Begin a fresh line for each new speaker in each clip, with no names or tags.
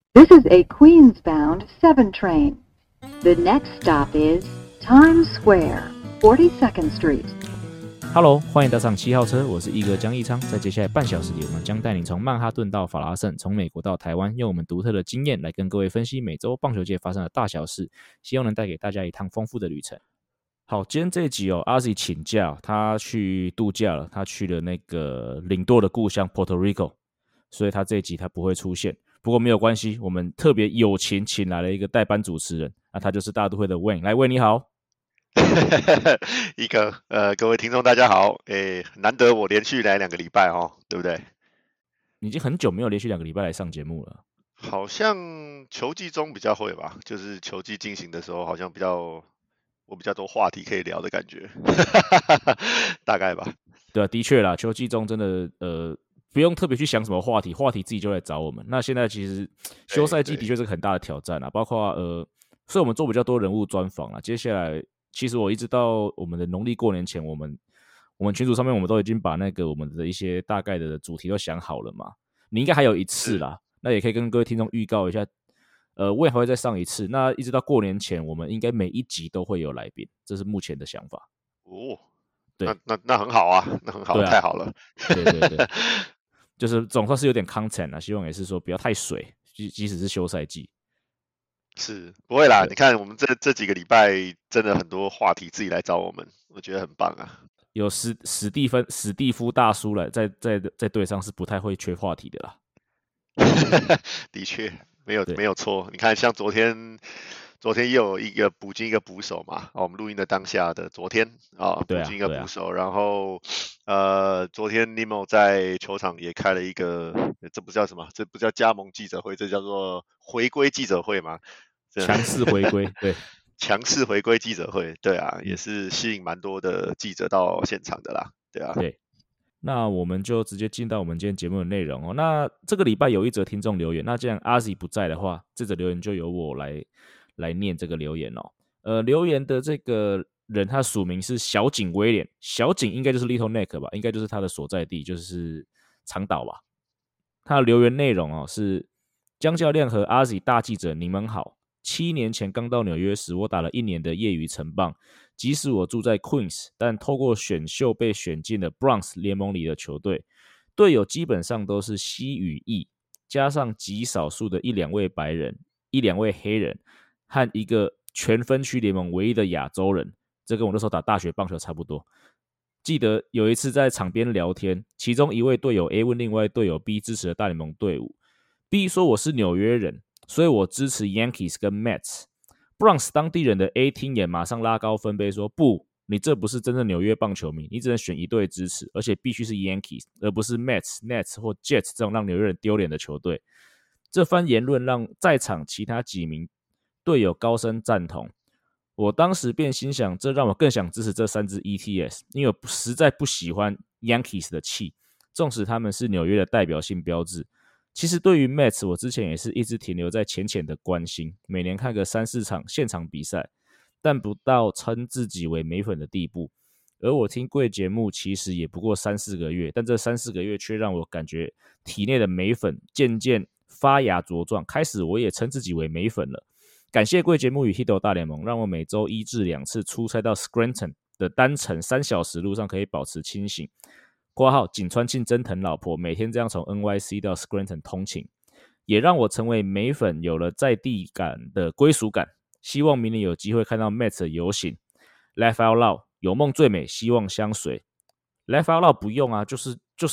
This is a Queens-bound 7 train. The next stop is Times Square, 42nd Street.
Hello， 欢迎搭上7号车，我是一哥江一昌。在接下来半小时里，我们将带你从曼哈顿到法拉盛，从美国到台湾，用我们独特的经验来跟各位分析美洲棒球界发生的大小事，希望能带给大家一趟丰富的旅程。好，今天这一集阿 Z 请假，他去度假了，他去了那个领舵的故乡 Puerto Rico， 所以他这一集他不会出现。不过没有关系，我们特别友情请来了一个代班主持人，他就是大都会的 Wayne。来 ，Wayne 你好。
一个各位听众大家好，难得我连续来2个礼拜对不对？
你已经很久没有连续2个礼拜来上节目了。
好像球季中比较会吧，就是球季进行的时候，好像我比较多话题可以聊的感觉，大概吧。
对啊，的确啦，球季中真的不用特别去想什么话题自己就来找我们。那现在其实休赛季的确是个很大的挑战啊，包括所以我们做比较多人物专访啦。接下来其实我一直到我们的农历过年前，我们群组上面我们都已经把那个我们的一些大概的主题都想好了嘛。你应该还有一次啦，那也可以跟各位听众预告一下。我也还会再上一次。那一直到过年前，我们应该每一集都会有来宾，这是目前的想法。
哦，
对，
那很好啊，那很好，啊，太好了。
对，就是总算是有点 content 啦，希望也是说不要太水，即使是休赛季。
是不会啦，你看我们这几个礼拜真的很多话题自己来找我们，我觉得很棒啊。
有史蒂夫大叔来在队上是不太会缺话题的啦。
的确没有错，你看像昨天也有一个补进一个捕手嘛，我们录音的当下的昨天补进一个捕手，然后昨天 Nemo 在球场也开了一个，这不叫什么？这不叫加盟记者会，这叫做回归记者会嘛？
强势回归，对，
强势回归记者会，对啊，也是吸引蛮多的记者到现场的啦，对啊。
对，那我们就直接进到我们今天节目的内容那这个礼拜有一则听众留言，那既然阿 Z 不在的话，这则留言就由我来念这个留言留言的这个人他署名是小井威廉，小井应该就是 Little Neck 吧，应该就是他的所在地，就是长岛吧。他的留言内容是江教练和阿 Z 大记者你们好，7年前刚到纽约时，我打了1年的业余成棒。即使我住在 Queens， 但透过选秀被选进了 Bronx 联盟里的球队，队友基本上都是西语裔，加上极少数的1-2位白人、1-2位黑人和一个全分区联盟唯一的亚洲人，这跟我那时候打大学棒球差不多。记得有一次在场边聊天，其中一位队友 A 问另外队友 B 支持的大联盟队伍， B 说我是纽约人，所以我支持 Yankees 跟 Mets。Bronx 当地人的 A 听也马上拉高分贝说，不，你这不是真正纽约棒球迷，你只能选一队支持，而且必须是 Yankees 而不是 Mets、Nets 或 Jets 这种让纽约人丢脸的球队。这番言论让在场其他几名队友高声赞同，我当时便心想，这让我更想支持这3支 ETS， 因为我实在不喜欢 Yankees 的气，纵使他们是纽约的代表性标志。其实对于 Mets 我之前也是一直停留在浅浅的关心，每年看个3-4场现场比赛，但不到称自己为美粉的地步。而我听贵节目其实也不过3-4个月，但这3-4个月却让我感觉体内的美粉渐渐发芽茁壮，开始我也称自己为美粉了。感谢贵节目与 Hito 大联盟，让我每周1至2次出差到 Scranton 的单程3小时路上可以保持清醒。括号井川庆真疼老婆，每天这样从 NYC 到 Scranton 通勤，也让我成为美粉，有了在地感的归属感。希望明年有机会看到 Mets 的游行。Laugh out loud， 有梦最美，希望相随。Laugh out loud 不用啊，就是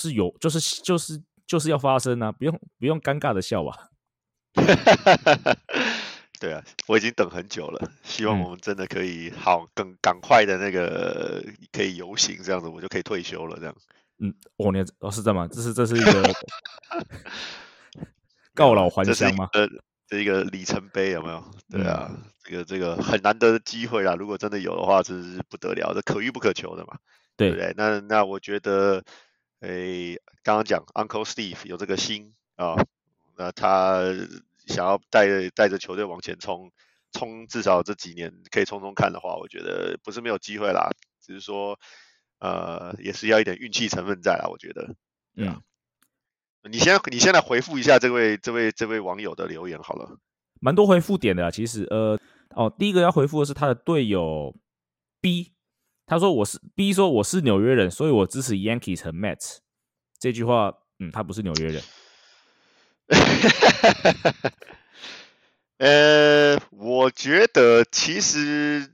要发生啊，不用尴尬的笑吧。
对啊，我已经等很久了，希望我们真的可以赶快的那个可以游行，这样子我就可以退休了，这样。
是这样吗？这是一个告老还乡吗？
这一个里程碑有没有？对啊，这个很难得的机会啦，如果真的有的话，这是不得了的，可遇不可求的嘛，对不对？那我觉得，刚刚讲 Uncle Steve 有这个心那他想要带着球队往前冲，至少这几年可以冲看的话，我觉得不是没有机会啦，只是说也是要一点运气成分在啦，我觉得。 你先来回复一下这位网友的留言好了。
蛮多回复点的其实第一个要回复的是他的队友 B， 他说B 说我是纽约人，所以我支持 Yankees 和 Mets。这句话，他不是纽约人。
我觉得其实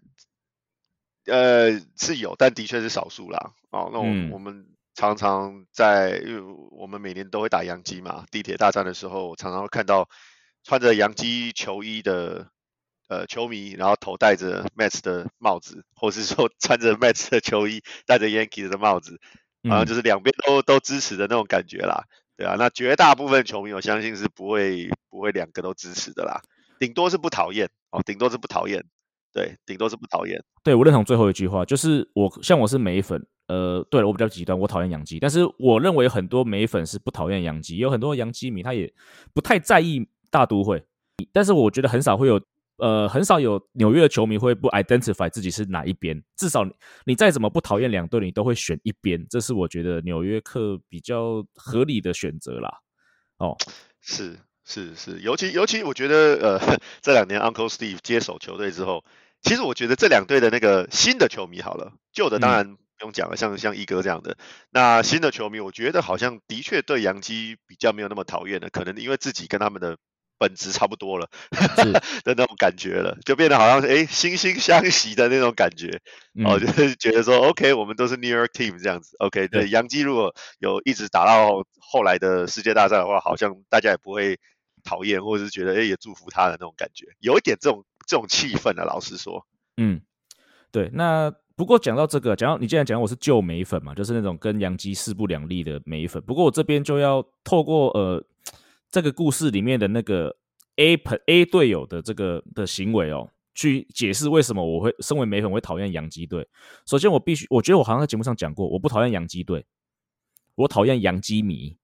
是有，但的确是少数啦。那我们常常因为我们每年都会打洋基嘛，地铁大战的时候，我常常会看到穿着洋基球衣的球迷，然后头戴着 Mets 的帽子，或是说穿着 Mets 的球衣戴着 Yankees 的帽子，好像就是两边都支持的那种感觉啦。对啊，那绝大部分球迷我相信是不会两个都支持的啦，顶多是不讨厌哦，顶多是不讨厌。对，顶多是不讨厌。
对，我认同最后一句话，就是我是美粉，对了，我比较极端，我讨厌洋基，但是我认为很多美粉是不讨厌洋基，有很多洋基迷他也不太在意大都会，但是我觉得很少有纽约的球迷会不 identify 自己是哪一边，至少你再怎么不讨厌两队，你都会选一边，这是我觉得纽约客比较合理的选择啦。
是，尤其我觉得这2年 Uncle Steve 接手球队之后，其实我觉得这两队的那个新的球迷好了，旧的当然不用讲了，像一哥这样的，那新的球迷我觉得好像的确对洋基比较没有那么讨厌的，可能因为自己跟他们的本质差不多了的那种感觉了，就变得好像是惺惺相惜的那种感觉。就是觉得说 OK 我们都是 New York team 这样子。 OK 对，洋基如果有一直打到后来的世界大战的话，好像大家也不会讨厌，或者是觉得也祝福他的那种感觉，有一点这种气氛啊，老实说。
对，那不过讲到这个，你既然讲我是旧美粉嘛，就是那种跟洋基势不两立的美粉，不过我这边就要透过这个故事里面的那个 A 队友的这个的行为去解释为什么我会身为美粉会讨厌洋基队。首先我觉得我好像在节目上讲过，我不讨厌洋基队，我讨厌洋基迷。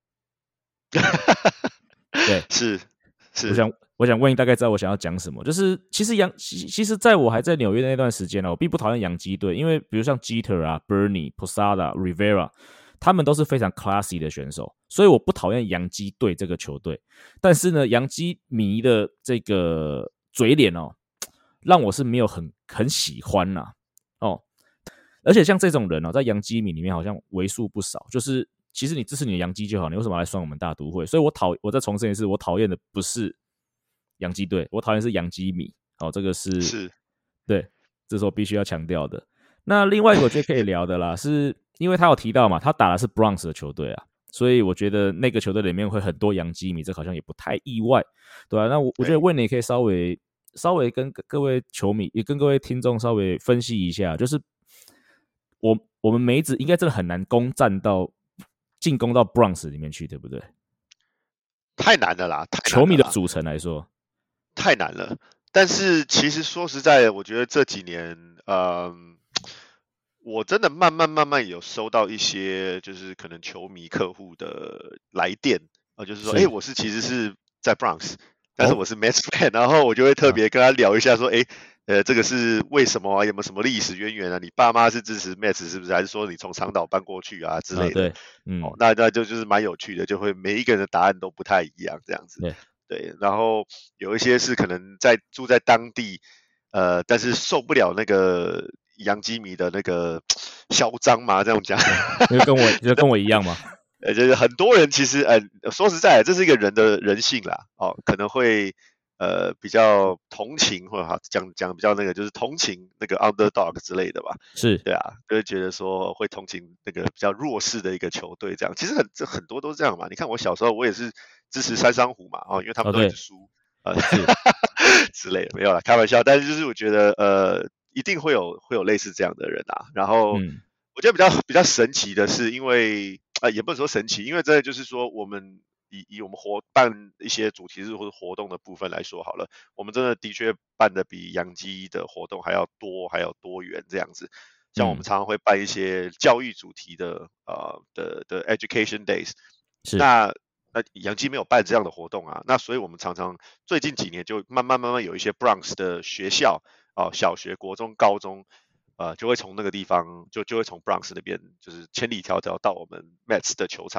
对，
是。
我想问你大概知道我想要讲什么，就是其实在我还在纽约的那段时间我并不讨厌洋基队，因为比如像 Jeter 啊、Bernie、Posada、Rivera， 他们都是非常 classy 的选手，所以我不讨厌洋基队这个球队。但是呢，洋基迷的这个嘴脸让我是没有很喜欢啦。而且像这种人在洋基迷里面好像为数不少，就是其实你支持你的洋基就好，你为什么来酸我们大都会？所以我再重申一次，我讨厌的不是洋基队，我讨厌是洋基迷。这个是对，这是我必须要强调的。那另外一个我觉得可以聊的啦，是因为他有提到嘛，他打的是 Bronx 的球队啊，所以我觉得那个球队里面会很多洋基迷，这好像也不太意外，对吧？那我觉得问你可以稍微跟各位球迷也跟各位听众稍微分析一下，就是我们梅子应该真的很难进攻到 Bronx 里面去，对不对？
太难了啦，
球迷的组成来说
太难了。但是其实说实在的，我觉得这几年我真的慢慢有收到一些就是可能球迷客户的来电就是说我其实是在 Bronx， 但是我是 Mets fan， 然后我就会特别跟他聊一下说这个是为什么啊？有没有什么历史渊源啊？你爸妈是支持 Mets 是不是？还是说你从长岛搬过去啊之类的？
对，
那就是蛮有趣的，就会每一个人的答案都不太一样这样子。对，然后有一些是可能住在当地，但是受不了那个洋基迷的那个嚣张嘛，这样讲，
就跟我一样嘛。
就是很多人其实说实在的，这是一个人的人性啦，可能会比较同情，或者讲比较那个就是同情那个 underdog 之类的吧。
是，
对啊，就会觉得说会同情那个比较弱势的一个球队这样。其实很多都是这样嘛。你看我小时候我也是支持山商虎嘛，因为他们都一直输之类的，没有啦，开玩笑。但是就是我觉得一定会有类似这样的人啊。然后我觉得比较神奇的是，因为也不能说神奇，因为真的就是说我们以我们办一些主题日或者活动的部分来说好了，我们真的确办的比洋基的活动还要多还要多元这样子。像我们常常会办一些教育主题的education days， 那洋基没有办这样的活动啊，那所以我们常常最近几年就慢慢有一些 Bronx 的学校小学、国中、高中就会从那个地方就会从 Bronx 那边就是千里迢迢到我们 Mets 的球场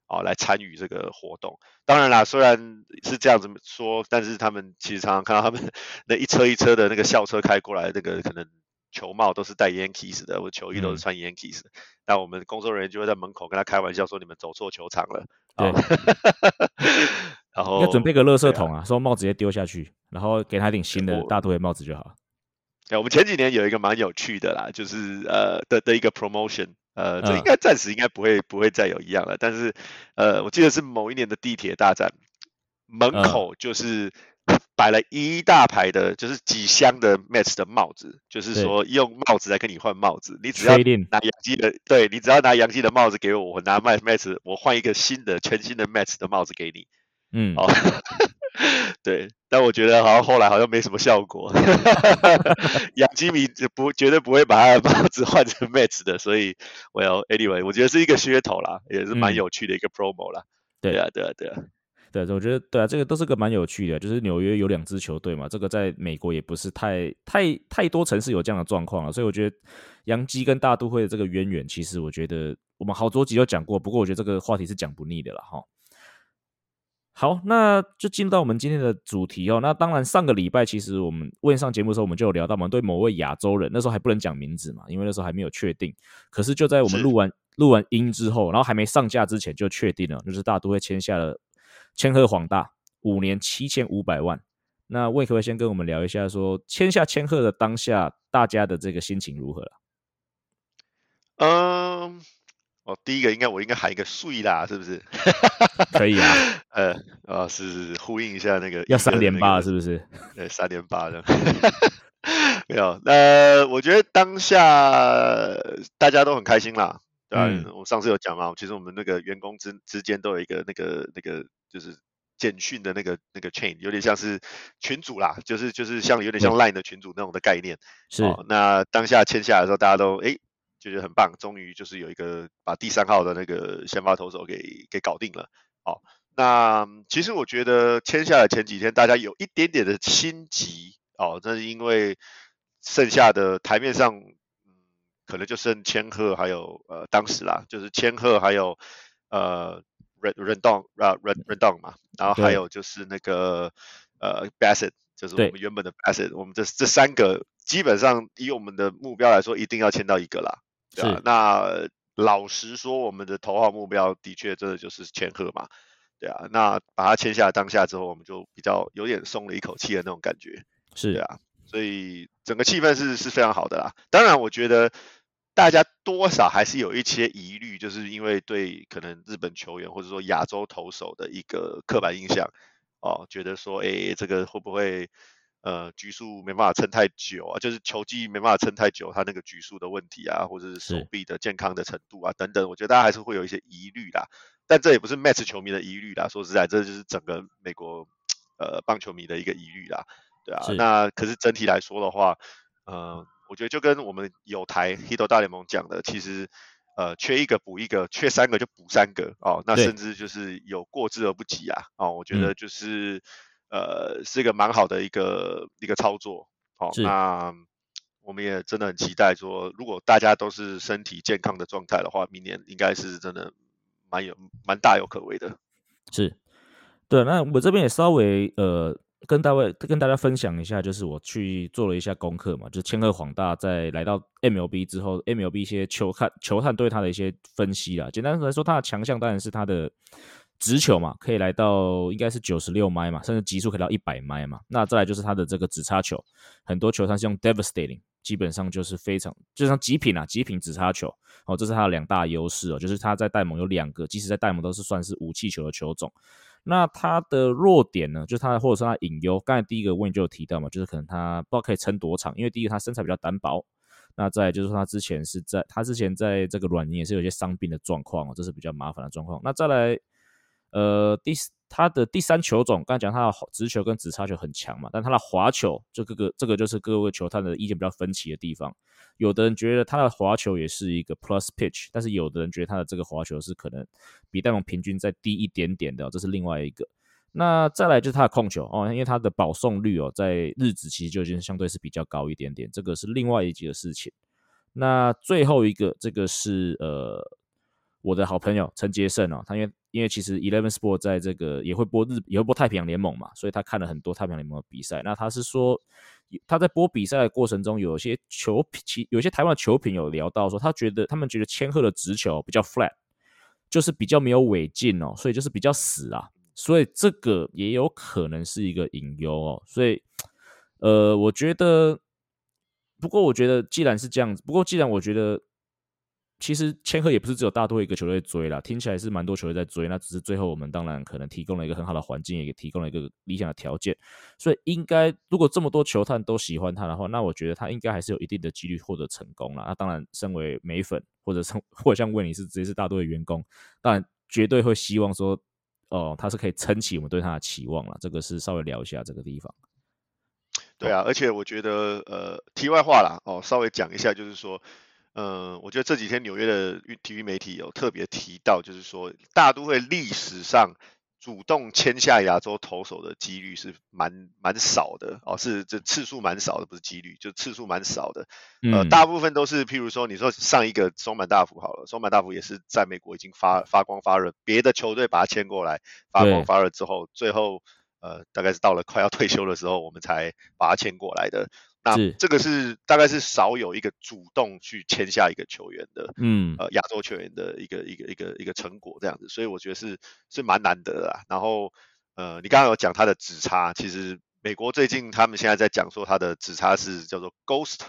来参与这个活动。当然啦，虽然是这样子说，但是他们其实常常看到他们那一车一车的那个校车开过来，那个可能球帽都是戴 Yankees 的，或球衣都是穿 Yankees 的。那我们工作人员就会在门口跟他开玩笑说：“你们走错球场了。”
对，
然后
应该准备个垃圾桶啊，说帽子直接丢下去，然后给他一顶新的大都会帽子就好。
我们前几年有一个蛮有趣的啦，就是的一个 promotion，这应该暂时应该不会再有一样了，但是我记得是某一年的地铁大战，门口就是摆了一大排的，就是几箱的 Mets 的帽子，就是说用帽子来跟你换帽子，你只要拿洋基的，对，你只要拿洋基的帽子给我，我拿 Mets， 我换一个全新的 Mets 的帽子给你。对，但我觉得好像后来好像没什么效果，洋基迷绝对不会把他的帽子换成 Mets 的，所以anyway， 我觉得是一个噱头啦，也是蛮有趣的一个 promo 啦。对啊，
对，我觉得对啊，这个都是个蛮有趣的，就是纽约有2支球队嘛，这个在美国也不是太多城市有这样的状况了，所以我觉得洋基跟大都会的这个渊源，其实我觉得我们好多集都讲过，不过我觉得这个话题是讲不腻的啦齁。好，那就进入到我们今天的主题哦。那当然，上个礼拜其实我们问上节目的时候，我们就有聊到我们对某位亚洲人，那时候还不能讲名字嘛，因为那时候还没有确定。可是就在我们录完音之后，然后还没上架之前就确定了，就是大都会签下了千鹤晃大5年7500万。那魏可不可以先跟我们聊一下说签下千鹤的当下，大家的这个心情如何
啦？第一个我应该喊一个碎啦，是不是？
可以
啊。是呼应一下那个
要3连8是不是？
对，3连8的。没有，我觉得当下大家都很开心啦。对啊，我上次有讲嘛，其实我们那个员工之间都有一个那个就是简讯的那个 chain， 有点像是群组啦，就是有点像 LINE 的群组那种的概念。
是。
那当下签下来的时候，大家都就觉得很棒，终于就是有一个把第3号的那个先发投手给搞定了。那其实我觉得签下来前几天，大家有一点点的心急这是因为剩下的台面上，可能就剩千鹤还有当时啦，就是千鹤还有Rendon 嘛，然后还有就是那个Bassett， 就是我们原本的 Bassett， 我们这3个基本上以我们的目标来说，一定要签到一个啦。对啊，那老实说，我们的头号目标的确真的就是千鹤嘛。对啊，那把它签下来当下之后，我们就比较有点松了一口气的那种感觉。
是，
对啊，所以整个气氛是非常好的啦。当然，我觉得大家多少还是有一些疑虑，就是因为对可能日本球员或者说亚洲投手的一个刻板印象觉得说，这个会不会局数没办法撑太久啊？就是球技没办法撑太久，他那个局数的问题啊，或者是手臂的健康的程度啊等等，我觉得大家还是会有一些疑虑啦。但这也不是 Mets 球迷的疑虑啦，说实在，这就是整个美国棒球迷的一个疑虑啦。对啊，那可是整体来说的话，我觉得就跟我们有台 Hito 大联盟讲的，其实缺一个补一个，缺3个就补3个那甚至就是有过之而不及啊我觉得就是是一个蛮好的一个操作那我们也真的很期待说，如果大家都是身体健康的状态的话，明年应该是真的蛮大有可为的。
是，对，那我这边也稍微跟大家分享一下，就是我去做了一下功课嘛，就是千鹤晃大在来到 MLB 之后 ，MLB 一些球探对他的一些分析啦。简单来说，他的强项当然是他的直球嘛，可以来到应该是96迈嘛，甚至极速可以到100迈嘛。那再来就是他的这个指叉球，很多球探是用 devastating， 基本上就是非常就像极品指叉球这是他的2大优势就是他在戴蒙有2个，即使在戴蒙都是算是武器球的球种。那他的弱点呢，就是他或者是他的隐忧。刚才第一个问就有提到嘛，就是可能他不知道可以撑多长，因为第一个他身材比较单薄，那再来就是说他之前在这个软泥也是有一些伤病的状况这是比较麻烦的状况。那再来他的第3球种，刚才讲他的直球跟直叉球很强嘛，但他的滑球这个就是各位球探的意见比较分歧的地方。有的人觉得他的滑球也是一个 plus pitch， 但是有的人觉得他的这个滑球是可能比戴蒙平均再低一点点的这是另外一个。那再来就是他的控球因为他的保送率在日职其实就已经相对是比较高一点点，这个是另外一个事情。那最后一个这个是我的好朋友陈杰胜哦，他因为其实 Eleven Sport 在这个也会播太平洋联盟嘛，所以他看了很多太平洋联盟的比赛。那他是说他在播比赛的过程中，有些台湾的球评有聊到说，他们觉得千鹤的直球比较 flat， 就是比较没有尾劲哦，所以就是比较死啊，所以这个也有可能是一个隐忧哦。所以我觉得，不过我觉得既然是这样子，我觉得。其实千鹤也不是只有大多一个球队追啦，听起来是蛮多球队在追，那只是最后我们当然可能提供了一个很好的环境，也提供了一个理想的条件，所以应该如果这么多球探都喜欢他的话，那我觉得他应该还是有一定的几率获得成功啦。那当然，身为美粉或者像威尼是直接是大多的员工，当然绝对会希望说，他是可以撑起我们对他的期望啦。这个是稍微聊一下这个地方。
对啊，而且我觉得题外话啦，稍微讲一下，就是说。我觉得这几天纽约的体育媒体有特别提到，就是说大都会历史上主动签下亚洲投手的几率是蛮少的哦，是这次数蛮少的，不是几率，就次数蛮少的。大部分都是譬如说你说上一个松坂大辅好了，松坂大辅也是在美国已经发光发热，别的球队把他签过来，发光发热之后，最后大概是到了快要退休的时候，我们才把他签过来的。那这个是大概是少有一个主动去签下一个球员的，亚洲球员的一个成果这样子，所以我觉得是蛮难得的啦。然后你刚刚有讲他的指叉，其实美国最近他们现在在讲说他的指叉是叫做 Ghost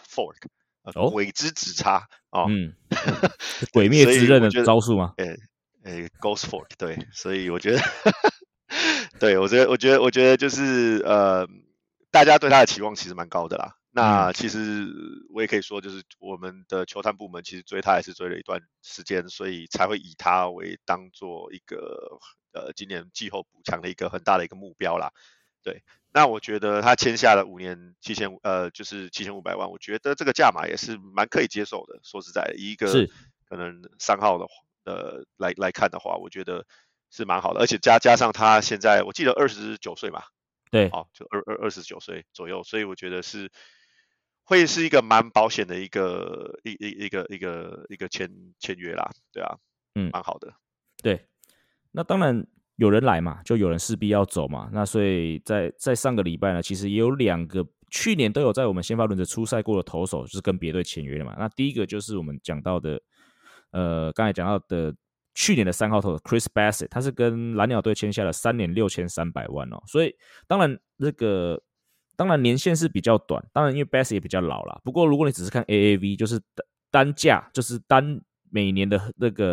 Fork，鬼之指叉哦，
鬼灭之刃的招数吗
？Ghost Fork 对，所以我觉得，对我觉得就是大家对他的期望其实蛮高的啦。那其实我也可以说，就是我们的球探部门其实追他也是追了一段时间，所以才会以他为当做一个今年季后补强的一个很大的一个目标啦。对，那我觉得他签下了5年就是7500万，我觉得这个价码也是蛮可以接受的。说实在的，以一个可能3号的来看的话，我觉得是蛮好的，而且加上他现在我记得29岁嘛，
对，
就29岁左右，所以我觉得会是一个蛮保险的一个签约啦，对啊，蛮好的。
对，那当然有人来嘛，就有人势必要走嘛。那所以在上个礼拜呢，其实也有2个去年都有在我们先发轮子出赛过的投手，就是跟别队签约了嘛。那第一个就是我们讲到的，刚才讲到的去年的3号投手 Chris Bassett， 他是跟蓝鸟队签下了3年6300万哦。所以当然年限是比较短，当然因为 Bassett 也比较老啦。不过如果你只是看 AAV， 就是单价，就是每一年的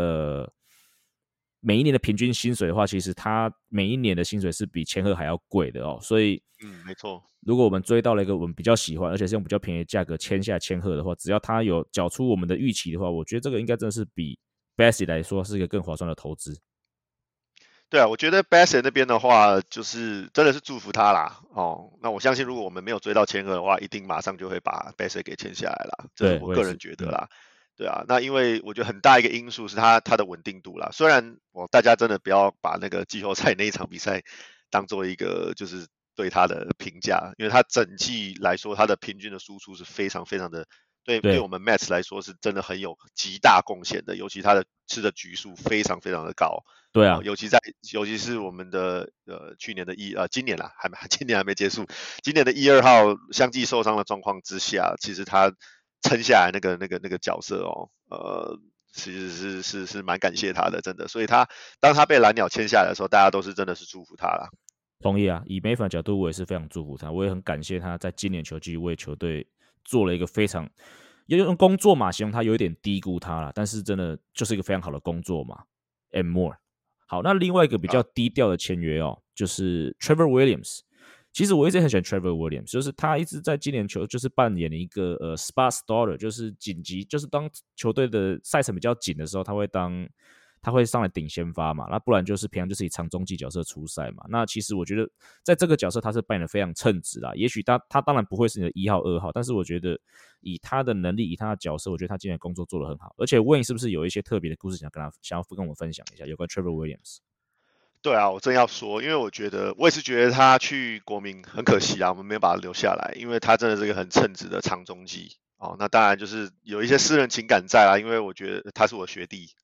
平均薪水的话，其实他每一年的薪水是比千鹤还要贵的哦。所以
没错。
如果我们追到了一个我们比较喜欢，而且是用比较便宜的价格签下千鹤的话，只要他有缴出我们的预期的话，我觉得这个应该真的是比 Bassett 来说是一个更划算的投资。
对啊，我觉得 Bassett 那边的话，就是真的是祝福他啦。那我相信如果我们没有追到千鹤的话，一定马上就会把 Bassett 给签下来啦。这是我个人觉得啦。对啊，那因为我觉得很大一个因素是他的稳定度啦。虽然大家真的不要把那个季后赛那一场比赛当做一个就是对他的评价，因为他整季来说他的平均的输出是非常非常的。对我们 Mets 来说是真的很有极大贡献的，尤其他的吃的局数非常非常的高。
对啊，
尤其是我们的去年的今年啦，今年还没结束，今年的1、2号相继受伤的状况之下，其实他撑下来那个角色其实是蛮感谢他的，真的。所以当他被蓝鸟签下来的时候，大家都是真的是祝福他啦。
同意啊，以美粉角度，我也是非常祝福他，我也很感谢他在今年球季为球队做了一个非常用工作嘛形容他，有一点低估他啦，但是真的就是一个非常好的工作嘛 and more。好，那另外一个比较低调的签约就是 Trevor Williams。其实我一直很喜欢 Trevor Williams， 就是他一直在今年就是扮演一个spot starter， 就是紧急，就是当球队的赛程比较紧的时候，他会上来顶先发嘛，那不然就是平常就是以长中继角色出赛嘛。那其实我觉得在这个角色他是扮演的非常称职啦。也许他当然不会是你的1号、2号，但是我觉得以他的能力，以他的角色，我觉得他今年工作做得很好。而且 Wayne 是不是有一些特别的故事想要跟我们分享一下有关 Trevor Williams？
对啊，我正要说，因为我也是觉得他去国民很可惜啊，我们没有把他留下来，因为他真的是一个很称职的长中继那当然就是有一些私人情感在啦，因为我觉得他是我学弟，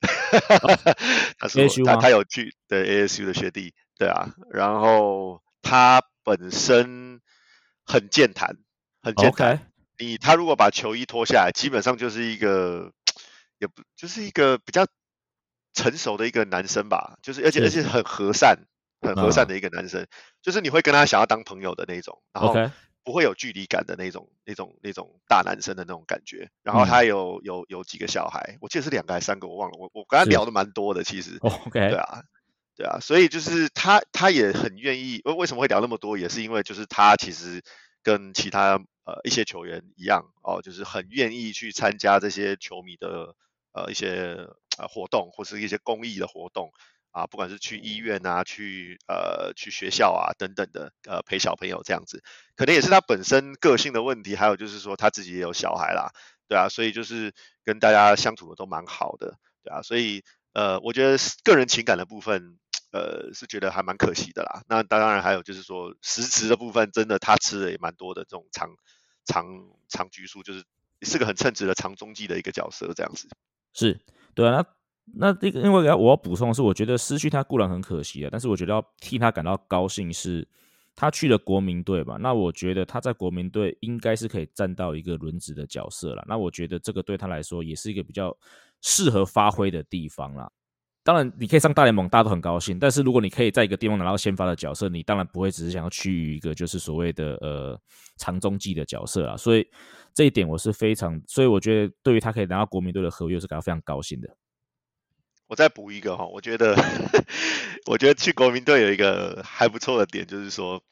他有去对 ASU 的学弟，对啊，然后他本身很健谈，很健谈。他如果把球衣脱下来，基本上就是一个，也不就是一个比较成熟的一个男生吧，就是而且很和善的一个男生，就是你会跟他想要当朋友的那种，然后不会有距离感的那种大男生的那种感觉。然后他有几个小孩，我记得是2个还是3个，我忘了。我跟他聊的蛮多的，其实。对啊，所以就是他也很愿意。为什么会聊那么多，也是因为就是他其实跟其他一些球员一样就是很愿意去参加这些球迷的一些活动，或是一些公益的活动。不管是去医院啊，去学校啊等等的，陪小朋友这样子，可能也是他本身个性的问题，还有就是说他自己也有小孩啦，对啊，所以就是跟大家相处的都蛮好的，对啊，所以我觉得个人情感的部分，是觉得还蛮可惜的啦。那当然还有就是说实质的部分，真的他吃的也蛮多的这种长局数，就是是个很称职的长中继的一个角色这样子。
是，对啊，那这个，因为我要补充的是，我觉得失去他固然很可惜啊，但是我觉得要替他感到高兴是，他去了国民队吧。那我觉得他在国民队应该是可以站到一个轮值的角色啦。那我觉得这个对他来说也是一个比较适合发挥的地方啦。当然，你可以上大联盟，大家都很高兴。但是如果你可以在一个地方拿到先发的角色，你当然不会只是想要趋于一个就是所谓的长中继的角色啦。所以这一点我是所以我觉得对于他可以拿到国民队的合约是感到非常高兴的。
我再补一个我觉得去国民队有一个还不错的点，就是说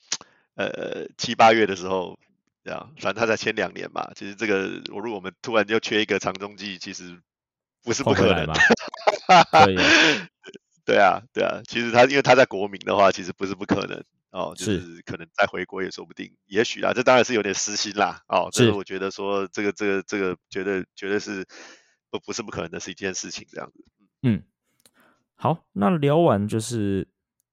7、8月的时候，这样，反正他才签2年嘛，其实这个如果我们突然就缺一个长中继，其实不是不可能。
可以
对啊，其实因为他在国民的话，其实不是不可能就是可能再回国也说不定，也许啦，这当然是有点私心啦但是我觉得说这个绝对是不是不可能的是一件事情这样子。
好，那聊完就是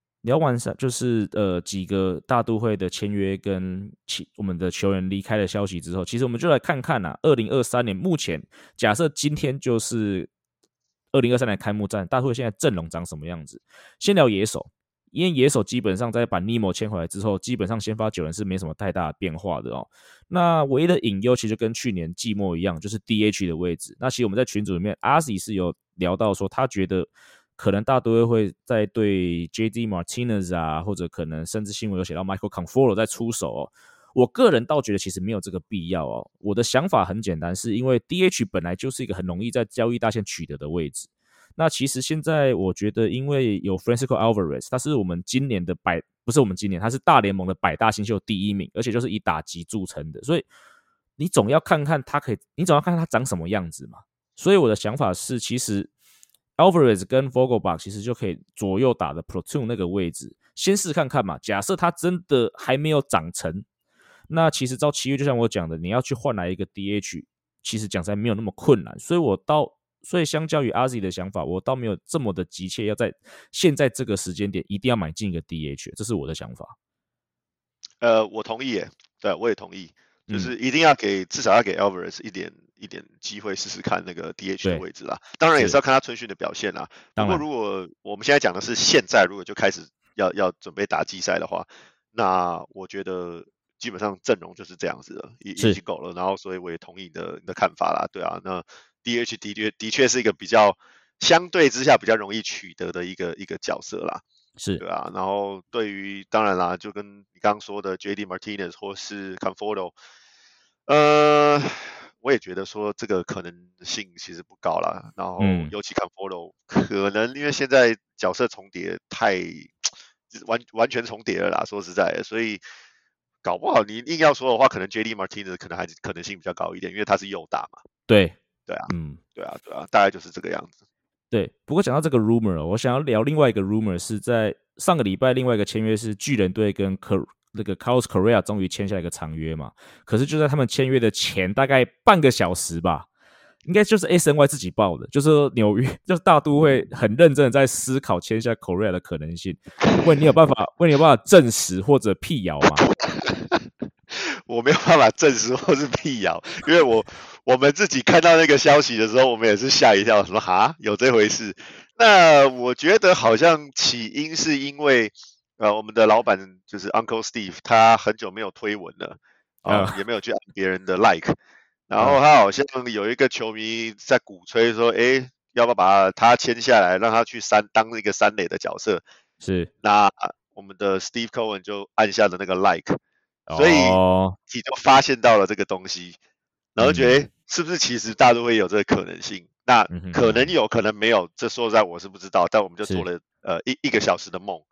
几个大都会的签约跟我们的球员离开的消息之后，其实我们就来看看2023年目前假设今天就是2023年开幕战，大都会现在阵容长什么样子。先聊野手，因为野手基本上在把尼莫签回来之后，基本上先发9人是没什么太大的变化的那唯一的隐忧其实跟去年季末一样，就是 DH 的位置。那其实我们在群组里面，阿 Z 是有聊到说，他觉得可能大都会在对 JD Martinez 或者可能甚至新闻有写到 Michael Conforto 在出手我个人倒觉得其实没有这个必要我的想法很简单，是因为 DH 本来就是一个很容易在交易大线取得的位置。那其实现在我觉得，因为有 Francisco Alvarez， 他是我们今年的不是我们今年，他是大联盟的100大新秀第1名，而且就是以打击著称的，所以你总要看看他长什么样子嘛。所以我的想法是，其实 Alvarez 跟 Vogelbach 其实就可以左右打的 platoon 那个位置，先试看看嘛。假设他真的还没有长成，那其实照7月就像我讲的，你要去换来一个 DH， 其实讲起来没有那么困难。所以相较于阿 Z 的想法，我倒没有这么的急切要在现在这个时间点一定要买进一个 DH， 这是我的想法。
我同意耶，对，我也同意，就是一定要至少要给 Alvarez 一点机会试试看那个 DH 的位置啦。当然也是要看他春训的表现啦。不过如果我们现在讲的是现在，如果就开始要准备打季赛的话，那我觉得基本上阵容就是这样子的，已经够了。然后所以我也同意你的看法啦，对啊，那 DH 的确是一个比较相对之下比较容易取得的一个角色啦，
是，
对啊。然后对于当然啦，就跟你刚刚说的 JD Martinez 或是 Conforto，我也觉得说这个可能性其实不高啦。然后尤其 Conforto 可能因为现在角色重叠完全重叠了啦，说实在的，所以搞不好你硬要说的话，可能 JD Martinez 可能性比较高一点，因为他是右打嘛。
对
啊，对啊，大概就是这个样子。
对，不过讲到这个 rumor， 我想要聊另外一个 rumor， 是在上个礼拜另外一个签约是巨人队跟那个 Carlos Correa 终于签下一个长约嘛。可是就在他们签约的前大概半个小时吧，应该就是 SNY 自己报的，就是纽约就是大都会很认真的在思考签下 Correa 的可能性。问你有办法证实或者辟谣吗？
我没有办法证实或是辟谣，因为我们自己看到那个消息的时候，我们也是吓一跳，什么哈，有这回事？那我觉得好像起因是因为我们的老板就是 Uncle Steve， 他很久没有推文了也没有去按别人的 like， 然后他好像有一个球迷在鼓吹说，要不要把他签下来，让他去当一个三垒的角色？
是，
那我们的 Steve Cohen 就按下了那个 like， 所以你就发现到了这个东西，然后觉得是不是其实大都会有这个可能性？那可能有可能没有，这说实在我是不知道，但我们就做了一个小时的梦，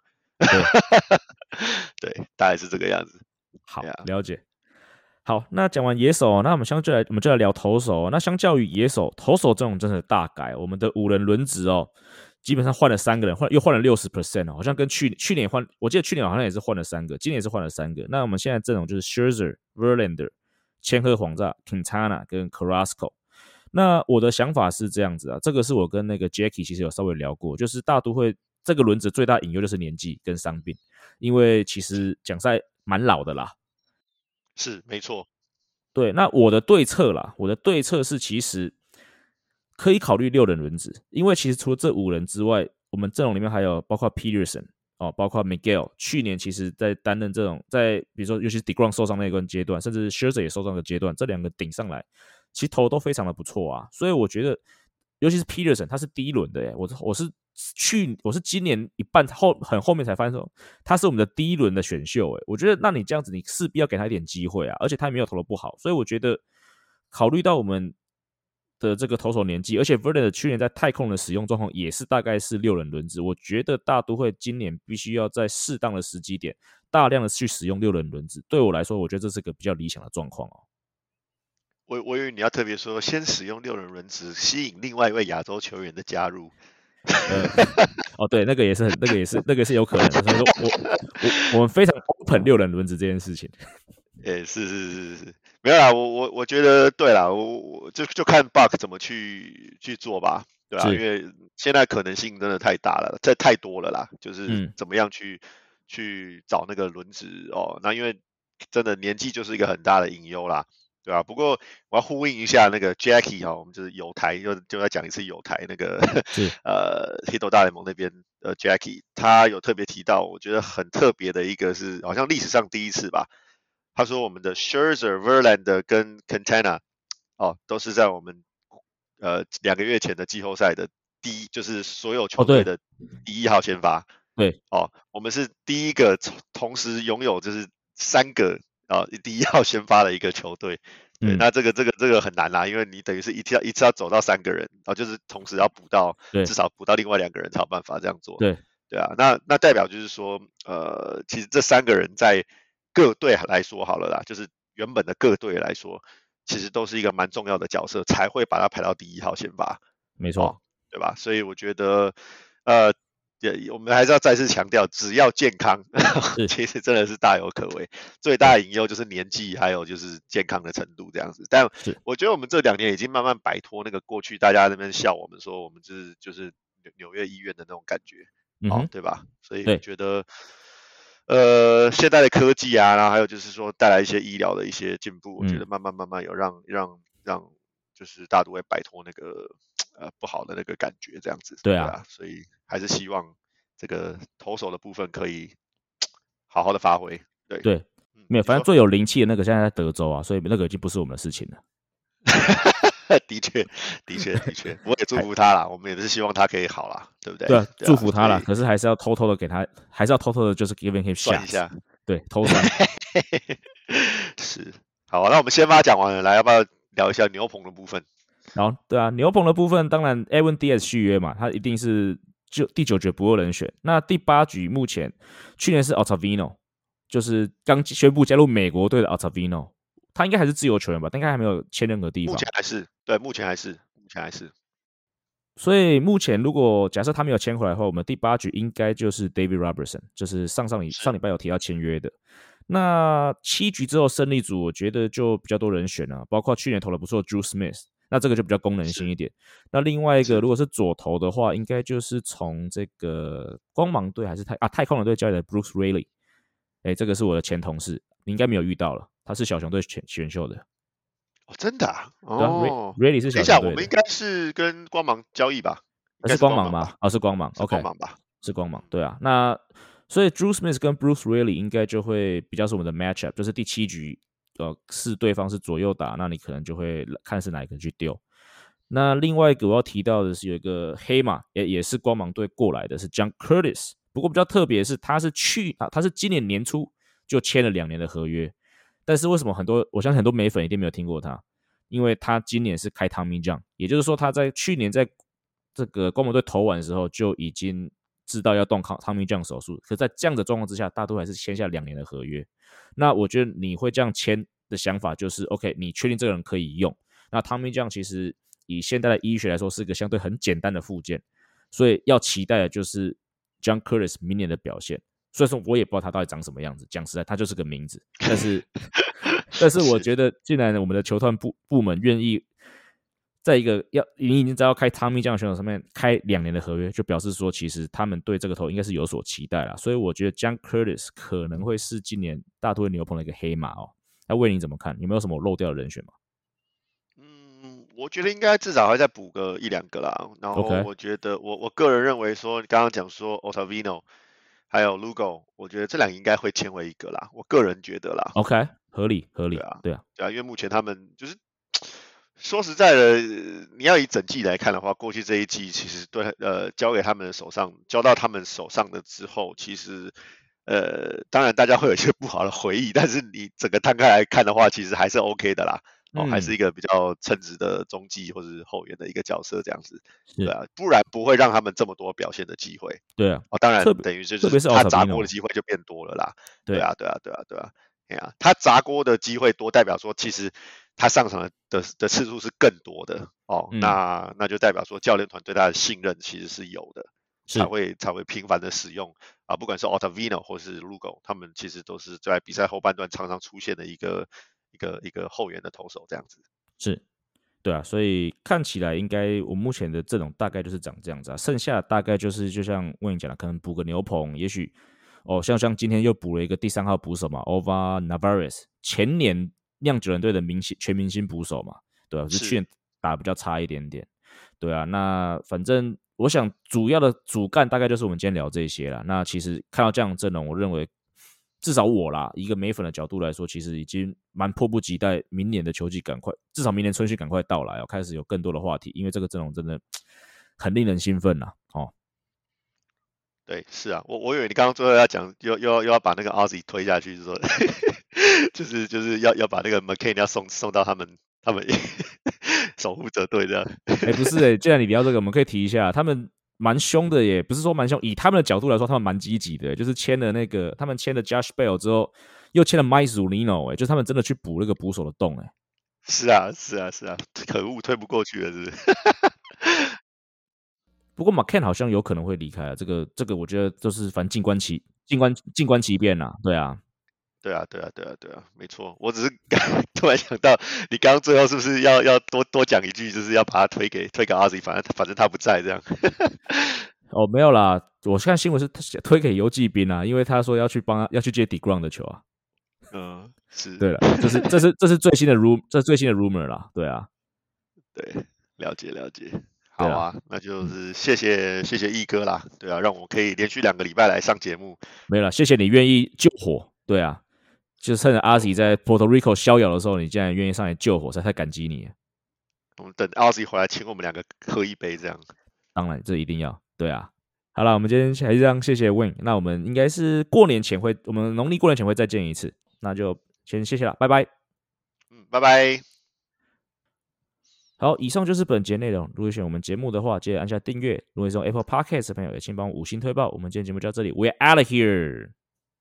对，大概是这个样子。
好，了解。好，那讲完野手，那我们就来聊投手。那相较于野手，投手这种真的大改，我们的5人轮值基本上换了3个人，又换了 60% 好像跟去年换，我记得去年好像也是换了3个，今年也是换了3个。那我们现在阵容就是 Scherzer、Verlander、千鹤晃炸、Quintana 跟 Carrasco。那我的想法是这样子这个是我跟那个 Jackie 其实有稍微聊过，就是大都会这个轮子最大隐忧就是年纪跟伤病，因为其实讲实在蛮老的啦。
是没错，
对，那我的对策是其实可以考虑6人轮值，因为其实除了这5人之外，我们阵容里面还有包括 Peterson 包括 Miguel， 去年其实在担任这种在比如说尤其是 DeGrom 受伤那一段阶段，甚至 Scherzer 也受伤的阶段，这2个顶上来，其实投都非常的不错啊，所以我觉得尤其是 Peterson 他是第1轮的我是今年一半很后面才发现说他是我们的第1轮的选秀我觉得那你这样子你势必要给他一点机会而且他也没有投得不好，所以我觉得考虑到我们的这个投手年纪，而且 Verlander 去年在太空的使用状况也是大概是6人轮值，我觉得大都会今年必须要在适当的时机点大量的去使用6人轮值，对我来说我觉得这是个比较理想的状况
我以为你要特别说先使用6人轮值吸引另外一位亚洲球员的加入
对，那个也是有可能的，所以说我们非常 open 6人轮值这件事情
是，没有啦，我觉得对啦，我就看 Buck 怎么去做吧，对吧？因为现在可能性真的太大了，这太多了啦，就是怎么样去找那个轮值那因为真的年纪就是一个很大的隐忧啦，对吧？不过我要呼应一下那个 Jackie 我们就是友台就要讲一次友台那个黑豆大联盟那边Jackie 他有特别提到，我觉得很特别的一个是好像历史上第一次吧。他说我们的 Scherzer、Verlander 跟 Quintana 都是在我们2个月前的季后赛的就是所有球队的第1号先发。
对
我们是第一个同时拥有就是3个第1号先发的一个球队。对，那这个很难啦，因为你等于是一次要走到3个人就是同时要补到至少补到另外2个人才有办法这样做。
对
那代表就是说其实这3个人在各队来说好了啦，就是原本的各队来说，其实都是一个蛮重要的角色，才会把他排到第1号先发。
没错
对吧？所以我觉得我们还是要再次强调，只要健康其实真的是大有可为，最大的隐忧就是年纪还有就是健康的程度这样子。但我觉得我们这2年已经慢慢摆脱那个过去大家那边笑我们说我们就是纽约医院的那种感觉对吧？所以我觉得现在的科技然后还有就是说带来一些医疗的一些进步，我觉得慢慢有让就是大都会摆脱那个不好的那个感觉这样子。对啊，所以还是希望这个投手的部分可以好好的发挥。对，
没有，反正最有灵气的那个现在在德州所以那个已经不是我们的事情了。
的确，我也祝福他啦，我们也是希望他可以好啦，对不对？
对，祝福他啦。可是还是要偷偷的给他，还是要偷偷的，就是 giving him shots
一下，
对，偷算。
是，好，那我们先把它讲完了，来，要不要聊一下牛棚的部分？
然后，对啊，牛棚的部分，当然 Edwin Diaz 续约嘛，他一定是第9局不二人选。那第8局目前去年是 Ottavino， 就是刚宣布加入美国队的 Ottavino。他应该还是自由球员吧，但应该还没有签任何地方。
目前还是，对，目前还是。
所以目前如果假设他没有签回来的话，我们第8局应该就是 David Robertson， 就是上礼拜有提到签约的。那7局之后胜利组，我觉得就比较多人选包括去年投的不错 Drew Smith， 那这个就比较功能性一点。那另外一个如果是左投的话，应该就是从这个光芒队还是太空人队交易的 Bruce Raley，这个是我的前同事，你应该没有遇到了。他是小熊队选秀的。
真的啊？
对啊，Riley 是小
等一下，
熊队的。
我们应该是跟光芒交易吧？
是光芒吗？是光芒。
是光芒吧？
是光芒，对啊。那所以 Drew Smith 跟 Bruce Riley 应该就会比较是我们的 matchup， 就是第7局，是对方是左右打，那你可能就会看是哪一个人去丢。那另外一个我要提到的是有一个黑马，也是光芒队过来的，是 John Curtis。不过比较特别的是，他是今年年初就签了2年的合约，但是为什么我相信很多美粉一定没有听过他，因为他今年是开 Tommy John， 也就是说他在去年在这个光芒队投完的时候就已经知道要动 Tommy John 手术，可在这样的状况之下，大都还是签下2年的合约。那我觉得你会这样签的想法就是 ，OK， 你确定这个人可以用。那 Tommy John 其实以现代的医学来说是一个相对很简单的复健，所以要期待的就是 John Curtis 明年的表现。所以说我也不知道他到底长什么样子，讲实在，他就是个名字。但是我觉得，既然我们的球团部门愿意在一个你已经知道开 Tommy 这样的选手上面开2年的合约，就表示说其实他们对这个投应该是有所期待啦。所以我觉得 John Curtis 可能会是今年大都会牛棚的一个黑马哦。那魏你怎么看？有没有什么漏掉的人选吗？
我觉得应该至少还再补个1-2个啦。然后我觉得我个人认为说，你刚刚讲说 Ottavino 还有 Lugo， 我觉得这2个应该会签为一个啦。我个人觉得啦。
OK， 合理。对啊，
因为目前他们就是说实在的，你要以整季来看的话，过去这一季其实交给他们的手上，交到他们手上的之后，其实当然大家会有一些不好的回忆，但是你整个摊开来看的话，其实还是 OK 的啦。还是一个比较称职的中继或是后援的一个角色这样子，对啊，不然不会让他们这么多表现的机会。
对啊，
当然等于就是他砸锅的机会就变多了啦。对啊，他砸锅的机会多，代表说其实他上场的次数是更多的哦。那就代表说教练团对他的信任其实是有的，才会频繁的使用啊，不管是 Ottavino 或是 Lugo， 他们其实都是在比赛后半段常常出现的一个后援的投手这样子。
是，对啊，所以看起来应该我目前的阵容大概就是长这样子啊，剩下大概就是就像问你讲的，可能补个牛棚，也许像今天又补了一个第3号捕手嘛 ，Ova Navarez， 前年酿酒人队的全明星捕手嘛，对啊，是去年打比较差一点点，对啊，那反正我想主要的主干大概就是我们今天聊这些啦。那其实看到这样的阵容，我认为至少我啦，一个美粉的角度来说，其实已经蛮迫不及待明年的球季至少明年春训赶快到来开始有更多的话题，因为这个阵容真的很令人兴奋啦。
对，是啊，我以为你刚刚最后要讲，又要把那个 Ozzy 推下去，说就是要把那个 McCain 要送到他们守护者队这样。
不是既然你聊这个，我们可以提一下，他们蛮凶的耶，不是说蛮凶，以他们的角度来说，他们蛮积极的，就是他们签了 Josh Bell 之后，又签了 Mike Zunino，就是他们真的去补那个捕手的洞
是啊，可恶，推不过去了，是不是？
不过 McCann 好像有可能会离开啊，这个我觉得就是反正静观其变啦，对啊。
对啊，没错。我只是突然想到，你刚刚最后是不是要多讲一句，就是要把他推给 Ozzy， 反正他不在这样。
没有啦，我看新闻是推给游骑兵啊，因为他说要去接 DeGrom 的球啊。
是。
对了，这是最新的 rumor 啦，对啊。
对，了解。好啊，那就是谢谢毅哥啦，对啊，让我可以连续2个礼拜来上节目。
没了，谢谢你愿意救火，对啊，就趁着Ozzy在 Puerto Rico 逍遥的时候，你竟然愿意上来救火，太感激你了。
我们等Ozzy回来，请我们2个喝一杯，这样。
当然，这一定要，对啊。好了，我们今天还是这样，谢谢 Win。那我们应该是过年前我们农历过年前会再见一次，那就先谢谢了，拜拜。
拜拜。
好，以上就是本节内容。如果喜欢我们节目的话，记得按下订阅。如果是用 Apple Podcast 的朋友，也请帮我5星推爆。我们今天节目就到这里， We're out of here。